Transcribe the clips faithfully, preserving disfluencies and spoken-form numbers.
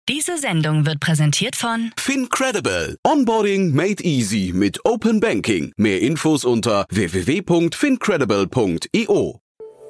Diese Sendung wird präsentiert von FinCredible. Onboarding made easy mit Open Banking. Mehr Infos unter w w w punkt fincredible punkt i o.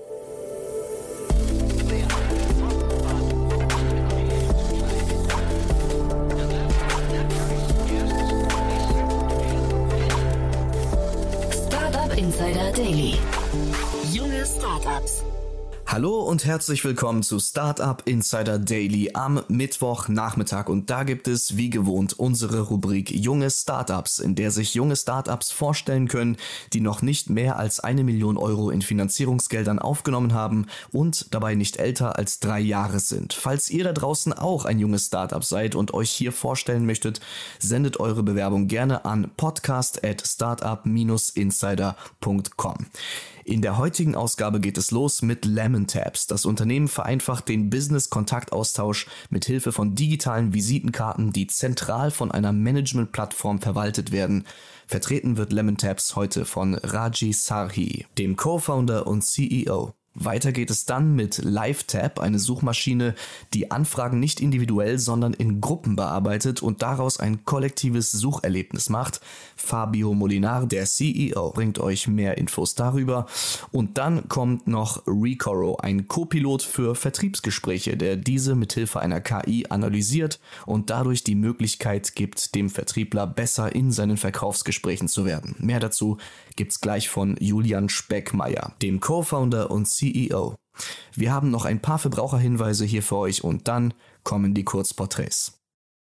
Startup Insider Daily. Junge Startups. Hallo und herzlich willkommen zu Startup Insider Daily am Mittwochnachmittag. Und da gibt es wie gewohnt unsere Rubrik Junge Startups, in der sich junge Startups vorstellen können, die noch nicht mehr als eine Million Euro in Finanzierungsgeldern aufgenommen haben und dabei nicht älter als drei Jahre sind. Falls ihr da draußen auch ein junges Startup seid und euch hier vorstellen möchtet, sendet eure Bewerbung gerne an podcast at startup dash insider punkt com. In der heutigen Ausgabe geht es los mit LemonTabs. Das Unternehmen vereinfacht den Business-Kontaktaustausch mit Hilfe von digitalen Visitenkarten, die zentral von einer Management-Plattform verwaltet werden. Vertreten wird LemonTabs heute von Raji Sarhi, dem Co-Founder und C E O. Weiter geht es dann mit LiveTab, eine Suchmaschine, die Anfragen nicht individuell, sondern in Gruppen bearbeitet und daraus ein kollektives Sucherlebnis macht. Fabio Molinar, der C E O, bringt euch mehr Infos darüber. Und dann kommt noch Recoro, ein Co-Pilot für Vertriebsgespräche, der diese mithilfe einer K I analysiert und dadurch die Möglichkeit gibt, dem Vertriebler besser in seinen Verkaufsgesprächen zu werden. Mehr dazu gibt's gleich von Julian Speckmeier, dem Co-Founder und C E O. Wir haben noch ein paar Verbraucherhinweise hier für euch und dann kommen die Kurzporträts.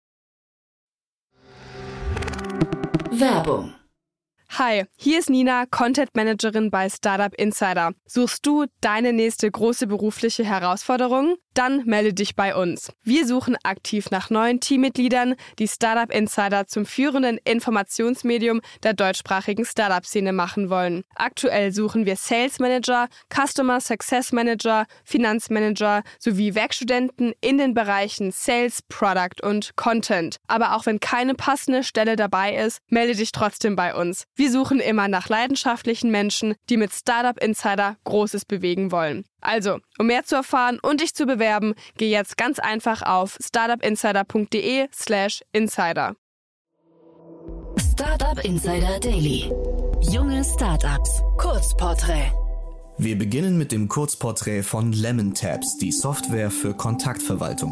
Werbung. Hi, hier ist Nina, Content Managerin bei Startup Insider. Suchst du deine nächste große berufliche Herausforderung? Dann melde dich bei uns. Wir suchen aktiv nach neuen Teammitgliedern, die Startup Insider zum führenden Informationsmedium der deutschsprachigen Startup-Szene machen wollen. Aktuell suchen wir Sales Manager, Customer Success Manager, Finanzmanager sowie Werkstudenten in den Bereichen Sales, Product und Content. Aber auch wenn keine passende Stelle dabei ist, melde dich trotzdem bei uns. Wir suchen immer nach leidenschaftlichen Menschen, die mit Startup Insider Großes bewegen wollen. Also, um mehr zu erfahren und dich zu bewerben, geh jetzt ganz einfach auf startupinsider punkt de slash insider. Startup Insider Daily. Junge Startups. Kurzporträt. Wir beginnen mit dem Kurzporträt von LemonTabs, die Software für Kontaktverwaltung.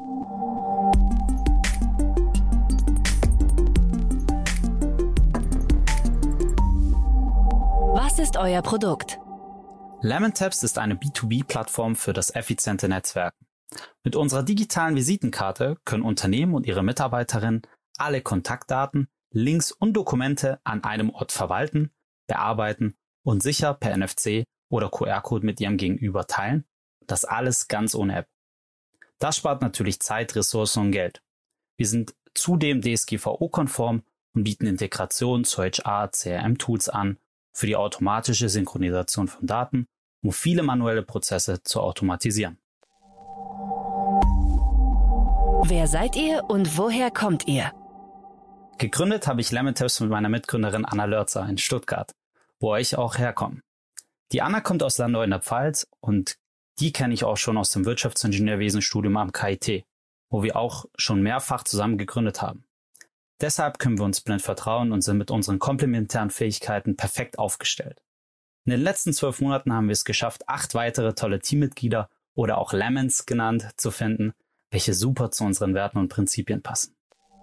Was ist euer Produkt? LemonTabs ist eine B zwei B-Plattform für das effiziente Netzwerken. Mit unserer digitalen Visitenkarte können Unternehmen und ihre Mitarbeiterinnen alle Kontaktdaten, Links und Dokumente an einem Ort verwalten, bearbeiten und sicher per N F C oder Q R-Code mit ihrem Gegenüber teilen. Das alles ganz ohne App. Das spart natürlich Zeit, Ressourcen und Geld. Wir sind zudem D S G V O-konform und bieten Integration zu H R, C R M-Tools an für die automatische Synchronisation von Daten, um viele manuelle Prozesse zu automatisieren. Wer seid ihr und woher kommt ihr? Gegründet habe ich LemonTabs mit meiner Mitgründerin Anna Lörzer in Stuttgart, wo ich auch herkomme. Die Anna kommt aus Landau in der Pfalz und die kenne ich auch schon aus dem Wirtschaftsingenieurwesenstudium am K I T, wo wir auch schon mehrfach zusammen gegründet haben. Deshalb können wir uns blind vertrauen und sind mit unseren komplementären Fähigkeiten perfekt aufgestellt. In den letzten zwölf Monaten haben wir es geschafft, acht weitere tolle Teammitglieder oder auch Lemons genannt zu finden, welche super zu unseren Werten und Prinzipien passen.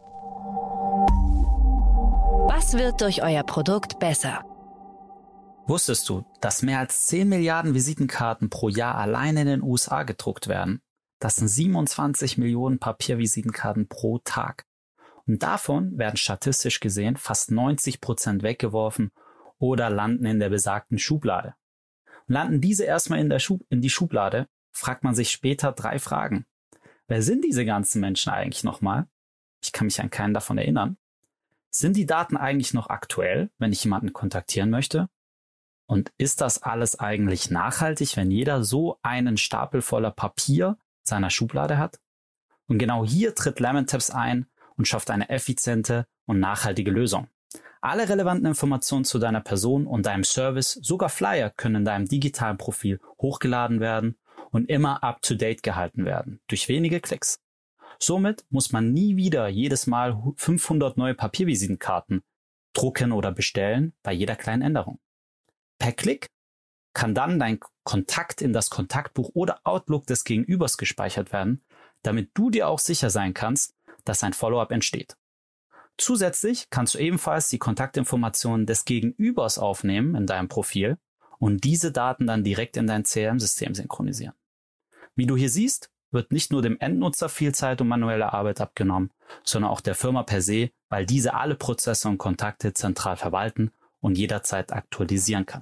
Was wird durch euer Produkt besser? Wusstest du, dass mehr als zehn Milliarden Visitenkarten pro Jahr allein in den U S A gedruckt werden? Das sind siebenundzwanzig Millionen Papiervisitenkarten pro Tag. Und davon werden statistisch gesehen fast neunzig Prozent weggeworfen oder landen in der besagten Schublade. Und landen diese erstmal in, der Schub- in die Schublade, fragt man sich später drei Fragen. Wer sind diese ganzen Menschen eigentlich nochmal? Ich kann mich an keinen davon erinnern. Sind die Daten eigentlich noch aktuell, wenn ich jemanden kontaktieren möchte? Und ist das alles eigentlich nachhaltig, wenn jeder so einen Stapel voller Papier in seiner Schublade hat? Und genau hier tritt LemonTabs ein und schafft eine effiziente und nachhaltige Lösung. Alle relevanten Informationen zu deiner Person und deinem Service, sogar Flyer, können in deinem digitalen Profil hochgeladen werden und immer up-to-date gehalten werden, durch wenige Klicks. Somit muss man nie wieder jedes Mal fünfhundert neue Papiervisitenkarten drucken oder bestellen bei jeder kleinen Änderung. Per Klick kann dann dein Kontakt in das Kontaktbuch oder Outlook des Gegenübers gespeichert werden, damit du dir auch sicher sein kannst, dass ein Follow-up entsteht. Zusätzlich kannst du ebenfalls die Kontaktinformationen des Gegenübers aufnehmen in deinem Profil und diese Daten dann direkt in dein C R M-System synchronisieren. Wie du hier siehst, wird nicht nur dem Endnutzer viel Zeit und manuelle Arbeit abgenommen, sondern auch der Firma per se, weil diese alle Prozesse und Kontakte zentral verwalten und jederzeit aktualisieren kann.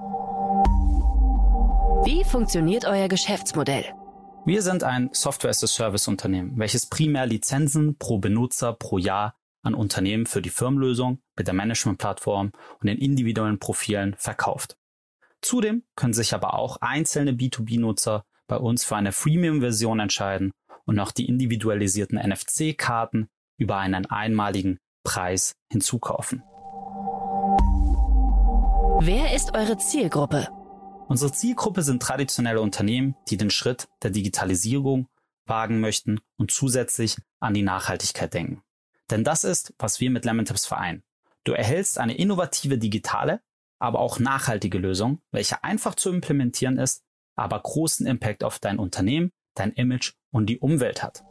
Wie funktioniert euer Geschäftsmodell? Wir sind ein Software-as-a-Service-Unternehmen, welches primär Lizenzen pro Benutzer pro Jahr an Unternehmen für die Firmenlösung mit der Management-Plattform und den individuellen Profilen verkauft. Zudem können sich aber auch einzelne B zwei B-Nutzer bei uns für eine Freemium-Version entscheiden und auch die individualisierten N F C-Karten über einen einmaligen Preis hinzukaufen. Wer ist eure Zielgruppe? Unsere Zielgruppe sind traditionelle Unternehmen, die den Schritt der Digitalisierung wagen möchten und zusätzlich an die Nachhaltigkeit denken. Denn das ist, was wir mit Lemon Tabs vereinen. Du erhältst eine innovative digitale, aber auch nachhaltige Lösung, welche einfach zu implementieren ist, aber großen Impact auf dein Unternehmen, dein Image und die Umwelt hat.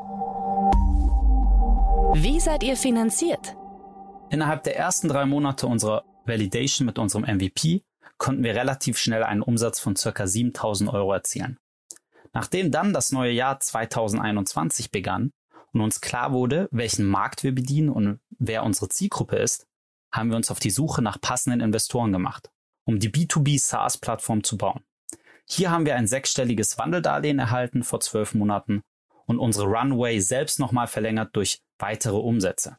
Wie seid ihr finanziert? Innerhalb der ersten drei Monate unserer Validation mit unserem M V P konnten wir relativ schnell einen Umsatz von ca. siebentausend Euro erzielen. Nachdem dann das neue Jahr zweitausendeinundzwanzig begann und uns klar wurde, welchen Markt wir bedienen und wer unsere Zielgruppe ist, haben wir uns auf die Suche nach passenden Investoren gemacht, um die B zwei B SaaS-Plattform zu bauen. Hier haben wir ein sechsstelliges Wandeldarlehen erhalten vor zwölf Monaten und unsere Runway selbst nochmal verlängert durch weitere Umsätze.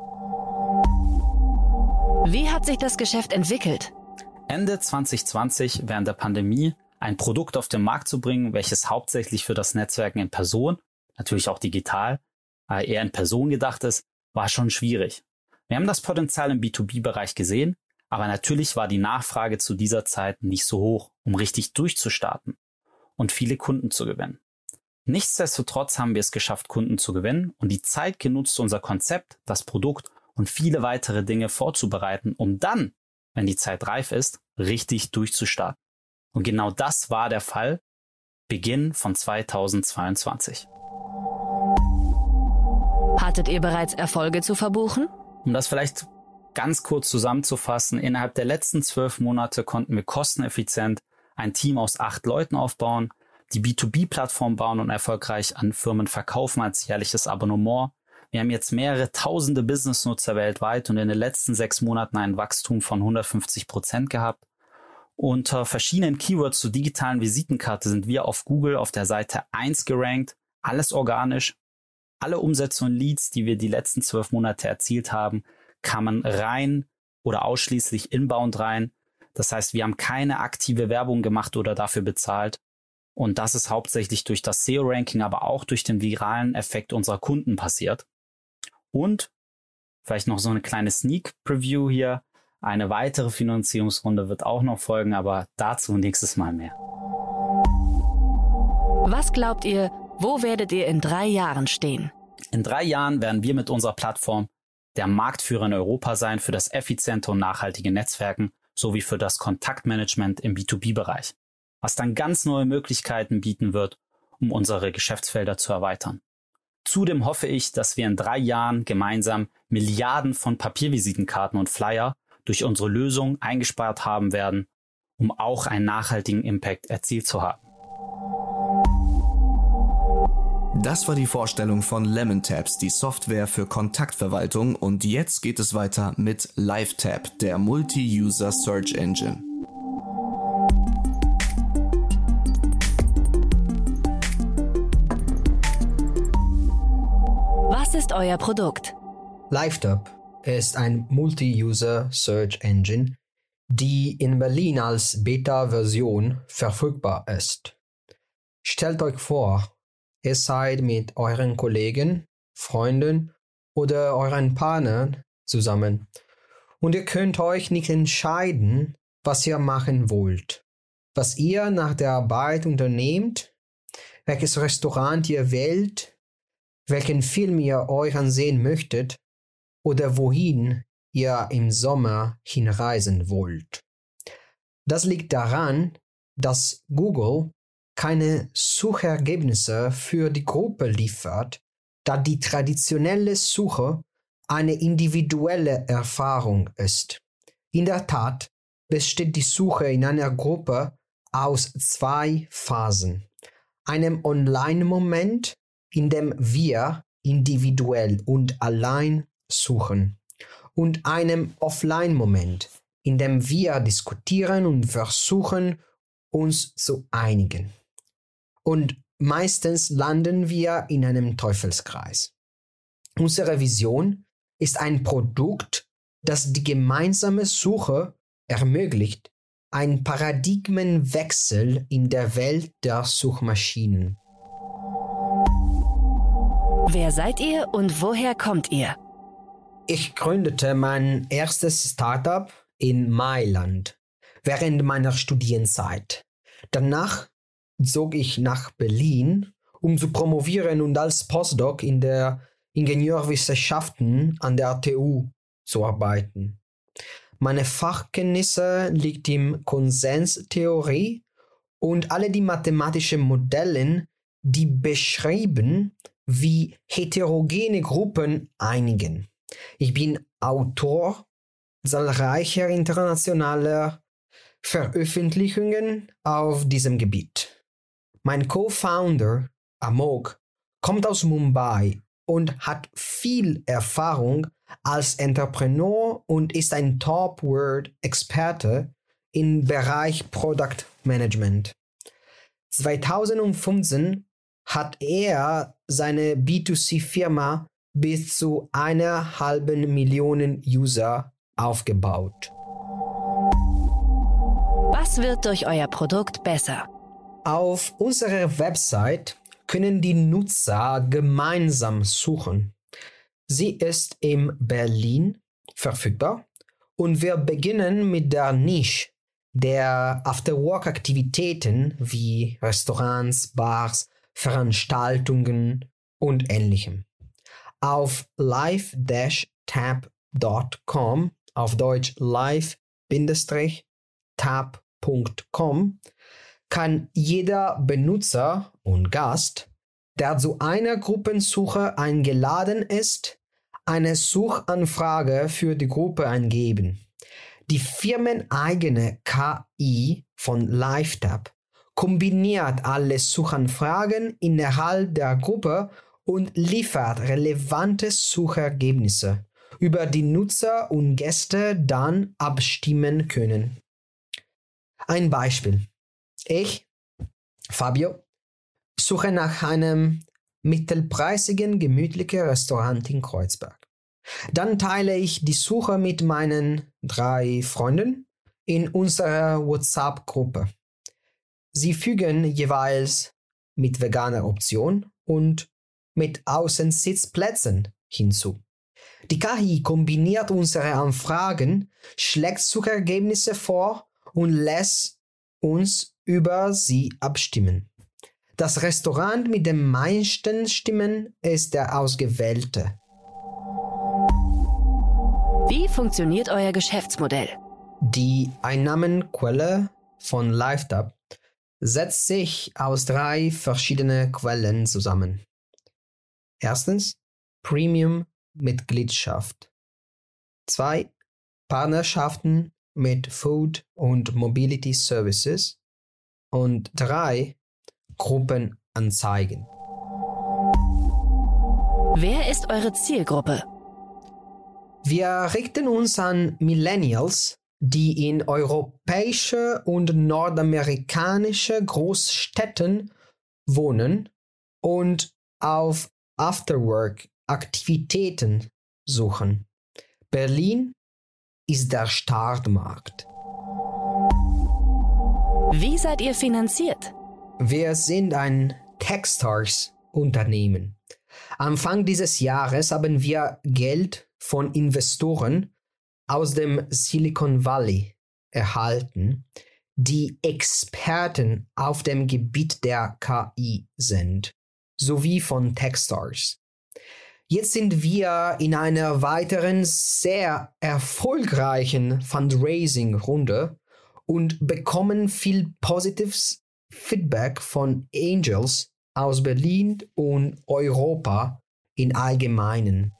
Wie hat sich das Geschäft entwickelt? Ende zwanzig zwanzig während der Pandemie ein Produkt auf den Markt zu bringen, welches hauptsächlich für das Netzwerken in Person, natürlich auch digital, aber eher in Person gedacht ist, war schon schwierig. Wir haben das Potenzial im B zwei B-Bereich gesehen, aber natürlich war die Nachfrage zu dieser Zeit nicht so hoch, um richtig durchzustarten und viele Kunden zu gewinnen. Nichtsdestotrotz haben wir es geschafft, Kunden zu gewinnen und die Zeit genutzt, unser Konzept, das Produkt und viele weitere Dinge vorzubereiten, um dann, wenn die Zeit reif ist, richtig durchzustarten. Und genau das war der Fall, Beginn von zweitausendzweiundzwanzig. Hattet ihr bereits Erfolge zu verbuchen? Um das vielleicht ganz kurz zusammenzufassen, innerhalb der letzten zwölf Monate konnten wir kosteneffizient ein Team aus acht Leuten aufbauen, die B zwei B-Plattform bauen und erfolgreich an Firmen verkaufen als jährliches Abonnement. Wir haben jetzt mehrere tausende Business-Nutzer weltweit und in den letzten sechs Monaten ein Wachstum von hundertfünfzig Prozent gehabt. Unter verschiedenen Keywords zur digitalen Visitenkarte sind wir auf Google auf der Seite eins gerankt, alles organisch. Alle Umsätze und Leads, die wir die letzten zwölf Monate erzielt haben, kamen rein oder ausschließlich inbound rein. Das heißt, wir haben keine aktive Werbung gemacht oder dafür bezahlt. Und das ist hauptsächlich durch das S E O-Ranking, aber auch durch den viralen Effekt unserer Kunden passiert. Und vielleicht noch so eine kleine Sneak-Preview hier. Eine weitere Finanzierungsrunde wird auch noch folgen, aber dazu nächstes Mal mehr. Was glaubt ihr, wo werdet ihr in drei Jahren stehen? In drei Jahren werden wir mit unserer Plattform der Marktführer in Europa sein für das effiziente und nachhaltige Netzwerken sowie für das Kontaktmanagement im B zwei B-Bereich, was dann ganz neue Möglichkeiten bieten wird, um unsere Geschäftsfelder zu erweitern. Zudem hoffe ich, dass wir in drei Jahren gemeinsam Milliarden von Papiervisitenkarten und Flyer durch unsere Lösung eingespart haben werden, um auch einen nachhaltigen Impact erzielt zu haben. Das war die Vorstellung von Lemon Tabs, die Software für Kontaktverwaltung, und jetzt geht es weiter mit LiveTab, der Multi-User Search Engine. Was ist euer Produkt? LiveTab ist ein Multi-User Search Engine, die in Berlin als Beta-Version verfügbar ist. Stellt euch vor, ihr seid mit euren Kollegen, Freunden oder euren Partnern zusammen und ihr könnt euch nicht entscheiden, was ihr machen wollt, was ihr nach der Arbeit unternehmt, welches Restaurant ihr wählt, welchen Film ihr euch ansehen möchtet oder wohin ihr im Sommer hinreisen wollt. Das liegt daran, dass Google keine Suchergebnisse für die Gruppe liefert, da die traditionelle Suche eine individuelle Erfahrung ist. In der Tat besteht die Suche in einer Gruppe aus zwei Phasen. Einem Online-Moment, in dem wir individuell und allein suchen, und einem Offline-Moment, in dem wir diskutieren und versuchen, uns zu einigen. Und meistens landen wir in einem Teufelskreis. Unsere Vision ist ein Produkt, das die gemeinsame Suche ermöglicht, ein Paradigmenwechsel in der Welt der Suchmaschinen. Wer seid ihr und woher kommt ihr? Ich gründete mein erstes Startup in Mailand während meiner Studienzeit. Danach zog ich nach Berlin, um zu promovieren und als Postdoc in der Ingenieurwissenschaften an der T U zu arbeiten. Meine Fachkenntnisse liegen in Konsenstheorie und alle die mathematischen Modelle, die beschreiben, wie heterogene Gruppen einigen. Ich bin Autor zahlreicher internationaler Veröffentlichungen auf diesem Gebiet. Mein Co-Founder Amok kommt aus Mumbai und hat viel Erfahrung als Entrepreneur und ist ein Top-Word-Experte im Bereich Product Management. zweitausendfünfzehn hat er seine B zwei C-Firma bis zu einer halben Million User aufgebaut. Was wird durch euer Produkt besser? Auf unserer Website können die Nutzer gemeinsam suchen. Sie ist in Berlin verfügbar und wir beginnen mit der Nische der After-Work-Aktivitäten wie Restaurants, Bars, Veranstaltungen und Ähnlichem. Auf live dash tab punkt com, auf Deutsch live Bindestrich tab punkt com, kann jeder Benutzer und Gast, der zu einer Gruppensuche eingeladen ist, eine Suchanfrage für die Gruppe eingeben. Die firmeneigene K I von LiveTab kombiniert alle Suchanfragen innerhalb der Gruppe und liefert relevante Suchergebnisse, über die Nutzer und Gäste dann abstimmen können. Ein Beispiel. Ich, Fabio, suche nach einem mittelpreisigen, gemütlichen Restaurant in Kreuzberg. Dann teile ich die Suche mit meinen drei Freunden in unserer WhatsApp-Gruppe. Sie fügen jeweils mit veganer Option und mit Außensitzplätzen hinzu. Die K I kombiniert unsere Anfragen, schlägt Suchergebnisse vor und lässt uns über sie abstimmen. Das Restaurant mit den meisten Stimmen ist der ausgewählte. Wie funktioniert euer Geschäftsmodell? Die Einnahmenquelle von LiveTab setzt sich aus drei verschiedenen Quellen zusammen. Erstens Premium-Mitgliedschaft. Zwei Partnerschaften mit Food- und Mobility Services. Und drei Gruppenanzeigen. Wer ist eure Zielgruppe? Wir richten uns an Millennials, die in europäische und nordamerikanische Großstädten wohnen und auf Afterwork-Aktivitäten suchen. Berlin ist der Startmarkt. Wie seid ihr finanziert? Wir sind ein Techstars-Unternehmen. Anfang dieses Jahres haben wir Geld von Investoren aus dem Silicon Valley erhalten, die Experten auf dem Gebiet der K I sind, sowie von Techstars. Jetzt sind wir in einer weiteren sehr erfolgreichen Fundraising-Runde und bekommen viel positives Feedback von Angels aus Berlin und Europa im Allgemeinen.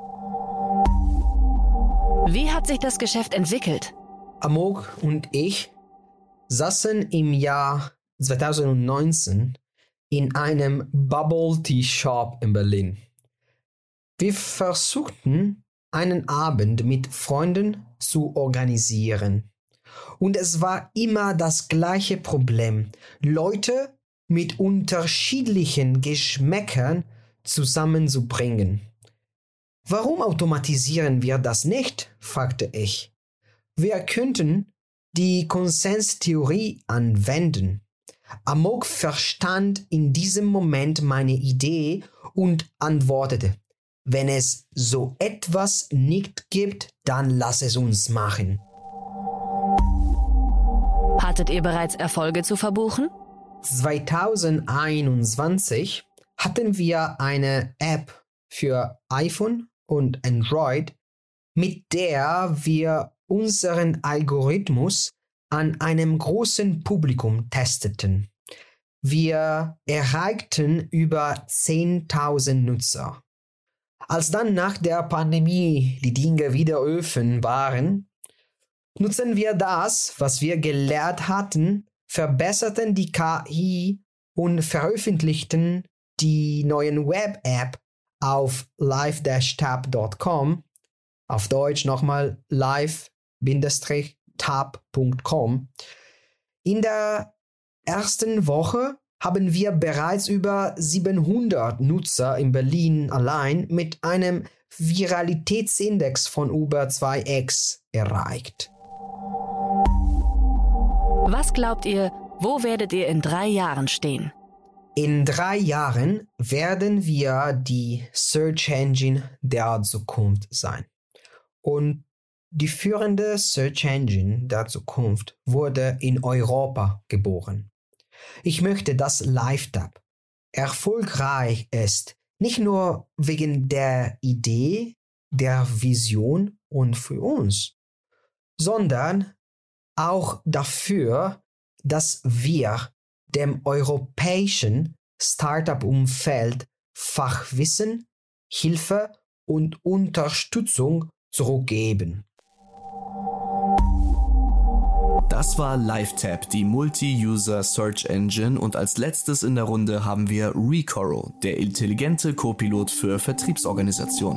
Wie hat sich das Geschäft entwickelt? Amok und ich saßen im Jahr zwanzig neunzehn in einem Bubble Tea Shop in Berlin. Wir versuchten, einen Abend mit Freunden zu organisieren. Und es war immer das gleiche Problem, Leute mit unterschiedlichen Geschmäckern zusammenzubringen. Warum automatisieren wir das nicht? Fragte ich. Wir könnten die Konsenstheorie anwenden. Amok verstand in diesem Moment meine Idee und antwortete: Wenn es so etwas nicht gibt, dann lass es uns machen. Hattet ihr bereits Erfolge zu verbuchen? zwanzig einundzwanzig hatten wir eine App für iPhone und Android, mit der wir unseren Algorithmus an einem großen Publikum testeten. Wir erreichten über zehntausend Nutzer. Als dann nach der Pandemie die Dinge wieder offen waren, nutzen wir das, was wir gelernt hatten, verbesserten die K I und veröffentlichten die neuen Web-App auf live dash tab punkt com, auf Deutsch nochmal live Bindestrich tab punkt com. In der ersten Woche haben wir bereits über siebenhundert Nutzer in Berlin allein mit einem Viralitätsindex von über zwei x erreicht. Was glaubt ihr, wo werdet ihr in drei Jahren stehen? In drei Jahren werden wir die Search Engine der Zukunft sein. Und die führende Search Engine der Zukunft wurde in Europa geboren. Ich möchte, dass LiveTap erfolgreich ist, nicht nur wegen der Idee, der Vision und für uns, sondern auch dafür, dass wir dem europäischen Startup-Umfeld Fachwissen, Hilfe und Unterstützung zurückgeben. Das war LiveTap, die Multi-User Search Engine, und als letztes in der Runde haben wir Recoro, der intelligente Co-Pilot für Vertriebsorganisationen.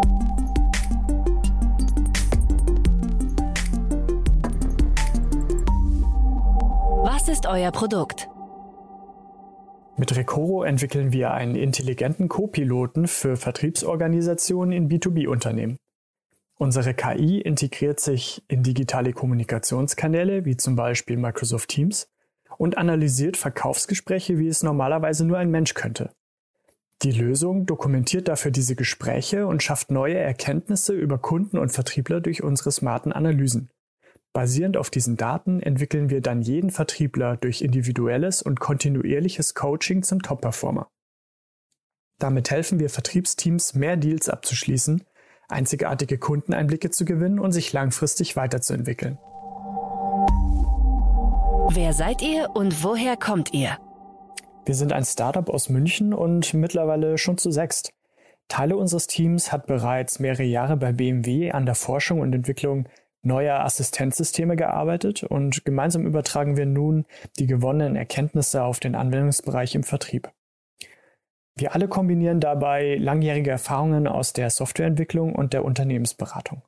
Was ist euer Produkt? Mit Recoro entwickeln wir einen intelligenten Co-Piloten für Vertriebsorganisationen in B zwei B-Unternehmen. Unsere K I integriert sich in digitale Kommunikationskanäle wie zum Beispiel Microsoft Teams und analysiert Verkaufsgespräche, wie es normalerweise nur ein Mensch könnte. Die Lösung dokumentiert dafür diese Gespräche und schafft neue Erkenntnisse über Kunden und Vertriebler durch unsere smarten Analysen. Basierend auf diesen Daten entwickeln wir dann jeden Vertriebler durch individuelles und kontinuierliches Coaching zum Top-Performer. Damit helfen wir Vertriebsteams, mehr Deals abzuschließen, einzigartige Kundeneinblicke zu gewinnen und sich langfristig weiterzuentwickeln. Wer seid ihr und woher kommt ihr? Wir sind ein Startup aus München und mittlerweile schon zu sechst. Teile unseres Teams hat bereits mehrere Jahre bei B M W an der Forschung und Entwicklung neuer Assistenzsysteme gearbeitet und gemeinsam übertragen wir nun die gewonnenen Erkenntnisse auf den Anwendungsbereich im Vertrieb. Wir alle kombinieren dabei langjährige Erfahrungen aus der Softwareentwicklung und der Unternehmensberatung.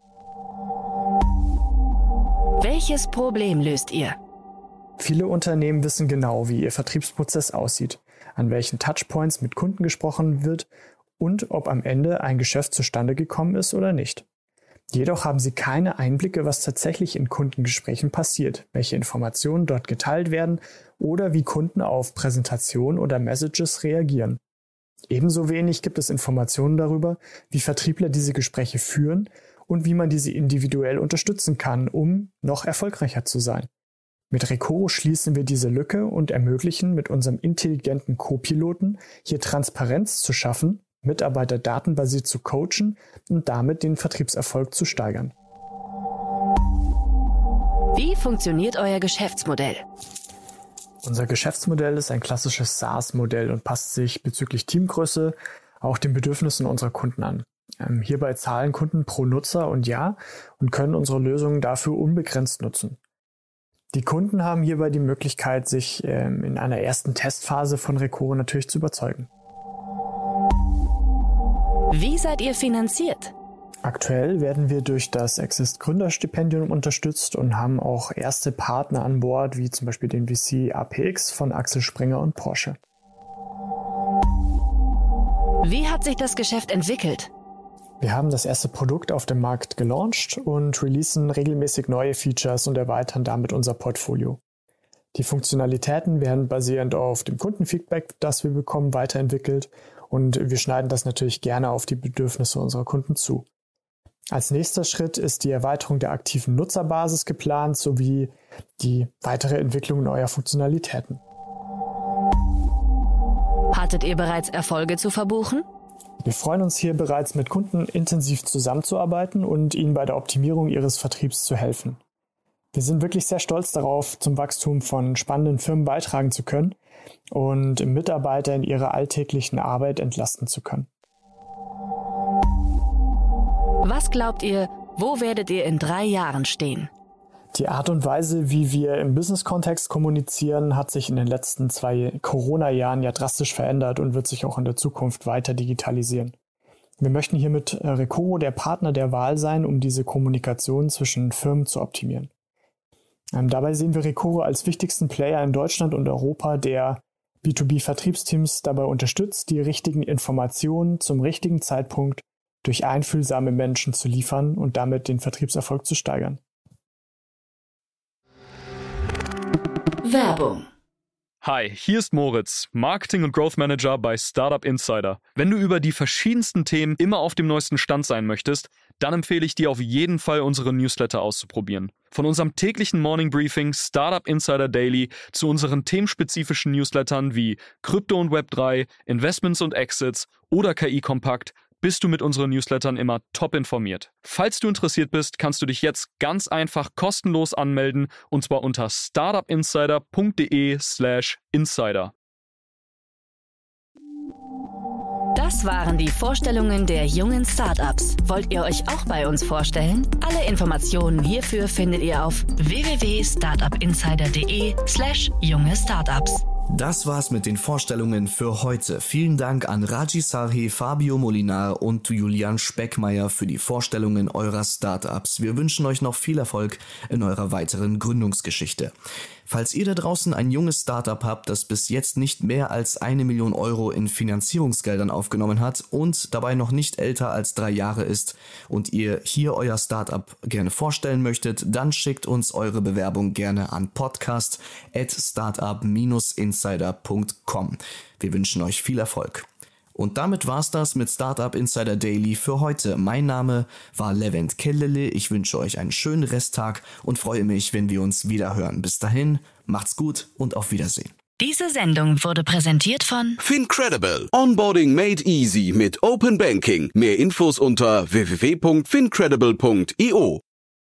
Welches Problem löst ihr? Viele Unternehmen wissen genau, wie ihr Vertriebsprozess aussieht, an welchen Touchpoints mit Kunden gesprochen wird und ob am Ende ein Geschäft zustande gekommen ist oder nicht. Jedoch haben sie keine Einblicke, was tatsächlich in Kundengesprächen passiert, welche Informationen dort geteilt werden oder wie Kunden auf Präsentationen oder Messages reagieren. Ebenso wenig gibt es Informationen darüber, wie Vertriebler diese Gespräche führen und wie man diese individuell unterstützen kann, um noch erfolgreicher zu sein. Mit Recoro schließen wir diese Lücke und ermöglichen mit unserem intelligenten Co-Piloten hier Transparenz zu schaffen, Mitarbeiter datenbasiert zu coachen und damit den Vertriebserfolg zu steigern. Wie funktioniert euer Geschäftsmodell? Unser Geschäftsmodell ist ein klassisches SaaS-Modell und passt sich bezüglich Teamgröße auch den Bedürfnissen unserer Kunden an. Ähm, hierbei zahlen Kunden pro Nutzer und Jahr und können unsere Lösungen dafür unbegrenzt nutzen. Die Kunden haben hierbei die Möglichkeit, sich ähm, in einer ersten Testphase von Recoro natürlich zu überzeugen. Wie seid ihr finanziert? Aktuell werden wir durch das Exist Gründerstipendium unterstützt und haben auch erste Partner an Bord, wie zum Beispiel den V C A P X von Axel Springer und Porsche. Wie hat sich das Geschäft entwickelt? Wir haben das erste Produkt auf dem Markt gelauncht und releasen regelmäßig neue Features und erweitern damit unser Portfolio. Die Funktionalitäten werden basierend auf dem Kundenfeedback, das wir bekommen, weiterentwickelt und wir schneiden das natürlich gerne auf die Bedürfnisse unserer Kunden zu. Als nächster Schritt ist die Erweiterung der aktiven Nutzerbasis geplant, sowie die weitere Entwicklung neuer Funktionalitäten. Hattet ihr bereits Erfolge zu verbuchen? Wir freuen uns hier bereits mit Kunden intensiv zusammenzuarbeiten und ihnen bei der Optimierung ihres Vertriebs zu helfen. Wir sind wirklich sehr stolz darauf, zum Wachstum von spannenden Firmen beitragen zu können und Mitarbeiter in ihrer alltäglichen Arbeit entlasten zu können. Was glaubt ihr, wo werdet ihr in drei Jahren stehen? Die Art und Weise, wie wir im Business-Kontext kommunizieren, hat sich in den letzten zwei Corona-Jahren ja drastisch verändert und wird sich auch in der Zukunft weiter digitalisieren. Wir möchten hier mit Recoro der Partner der Wahl sein, um diese Kommunikation zwischen Firmen zu optimieren. Ähm, dabei sehen wir Recoro als wichtigsten Player in Deutschland und Europa, der B zwei B-Vertriebsteams dabei unterstützt, die richtigen Informationen zum richtigen Zeitpunkt durch einfühlsame Menschen zu liefern und damit den Vertriebserfolg zu steigern. Werbung. Hi, hier ist Moritz, Marketing- und Growth Manager bei Startup Insider. Wenn du über die verschiedensten Themen immer auf dem neuesten Stand sein möchtest, dann empfehle ich dir auf jeden Fall unsere Newsletter auszuprobieren. Von unserem täglichen Morning Briefing Startup Insider Daily zu unseren themenspezifischen Newslettern wie Krypto und Web drei, Investments und Exits oder K I-Kompakt bist du mit unseren Newslettern immer top informiert. Falls du interessiert bist, kannst du dich jetzt ganz einfach kostenlos anmelden und zwar unter startupinsider.de slash insider. Das waren die Vorstellungen der jungen Startups. Wollt ihr euch auch bei uns vorstellen? Alle Informationen hierfür findet ihr auf w w w punkt startupinsider.de slash junge Startups. Das war's mit den Vorstellungen für heute. Vielen Dank an Raji Sarhi, Fabio Molinar und Julian Speckmeier für die Vorstellungen eurer Startups. Wir wünschen euch noch viel Erfolg in eurer weiteren Gründungsgeschichte. Falls ihr da draußen ein junges Startup habt, das bis jetzt nicht mehr als eine Million Euro in Finanzierungsgeldern aufgenommen hat und dabei noch nicht älter als drei Jahre ist und ihr hier euer Startup gerne vorstellen möchtet, dann schickt uns eure Bewerbung gerne an podcast at startup dash insider punkt com. Wir wünschen euch viel Erfolg. Und damit war's das mit Startup Insider Daily für heute. Mein Name war Levent Kellele. Ich wünsche euch einen schönen Resttag und freue mich, wenn wir uns wieder hören. Bis dahin, macht's gut und auf Wiedersehen. Diese Sendung wurde präsentiert von FinCredible. Onboarding made easy mit Open Banking. Mehr Infos unter w w w punkt fincredible punkt i o.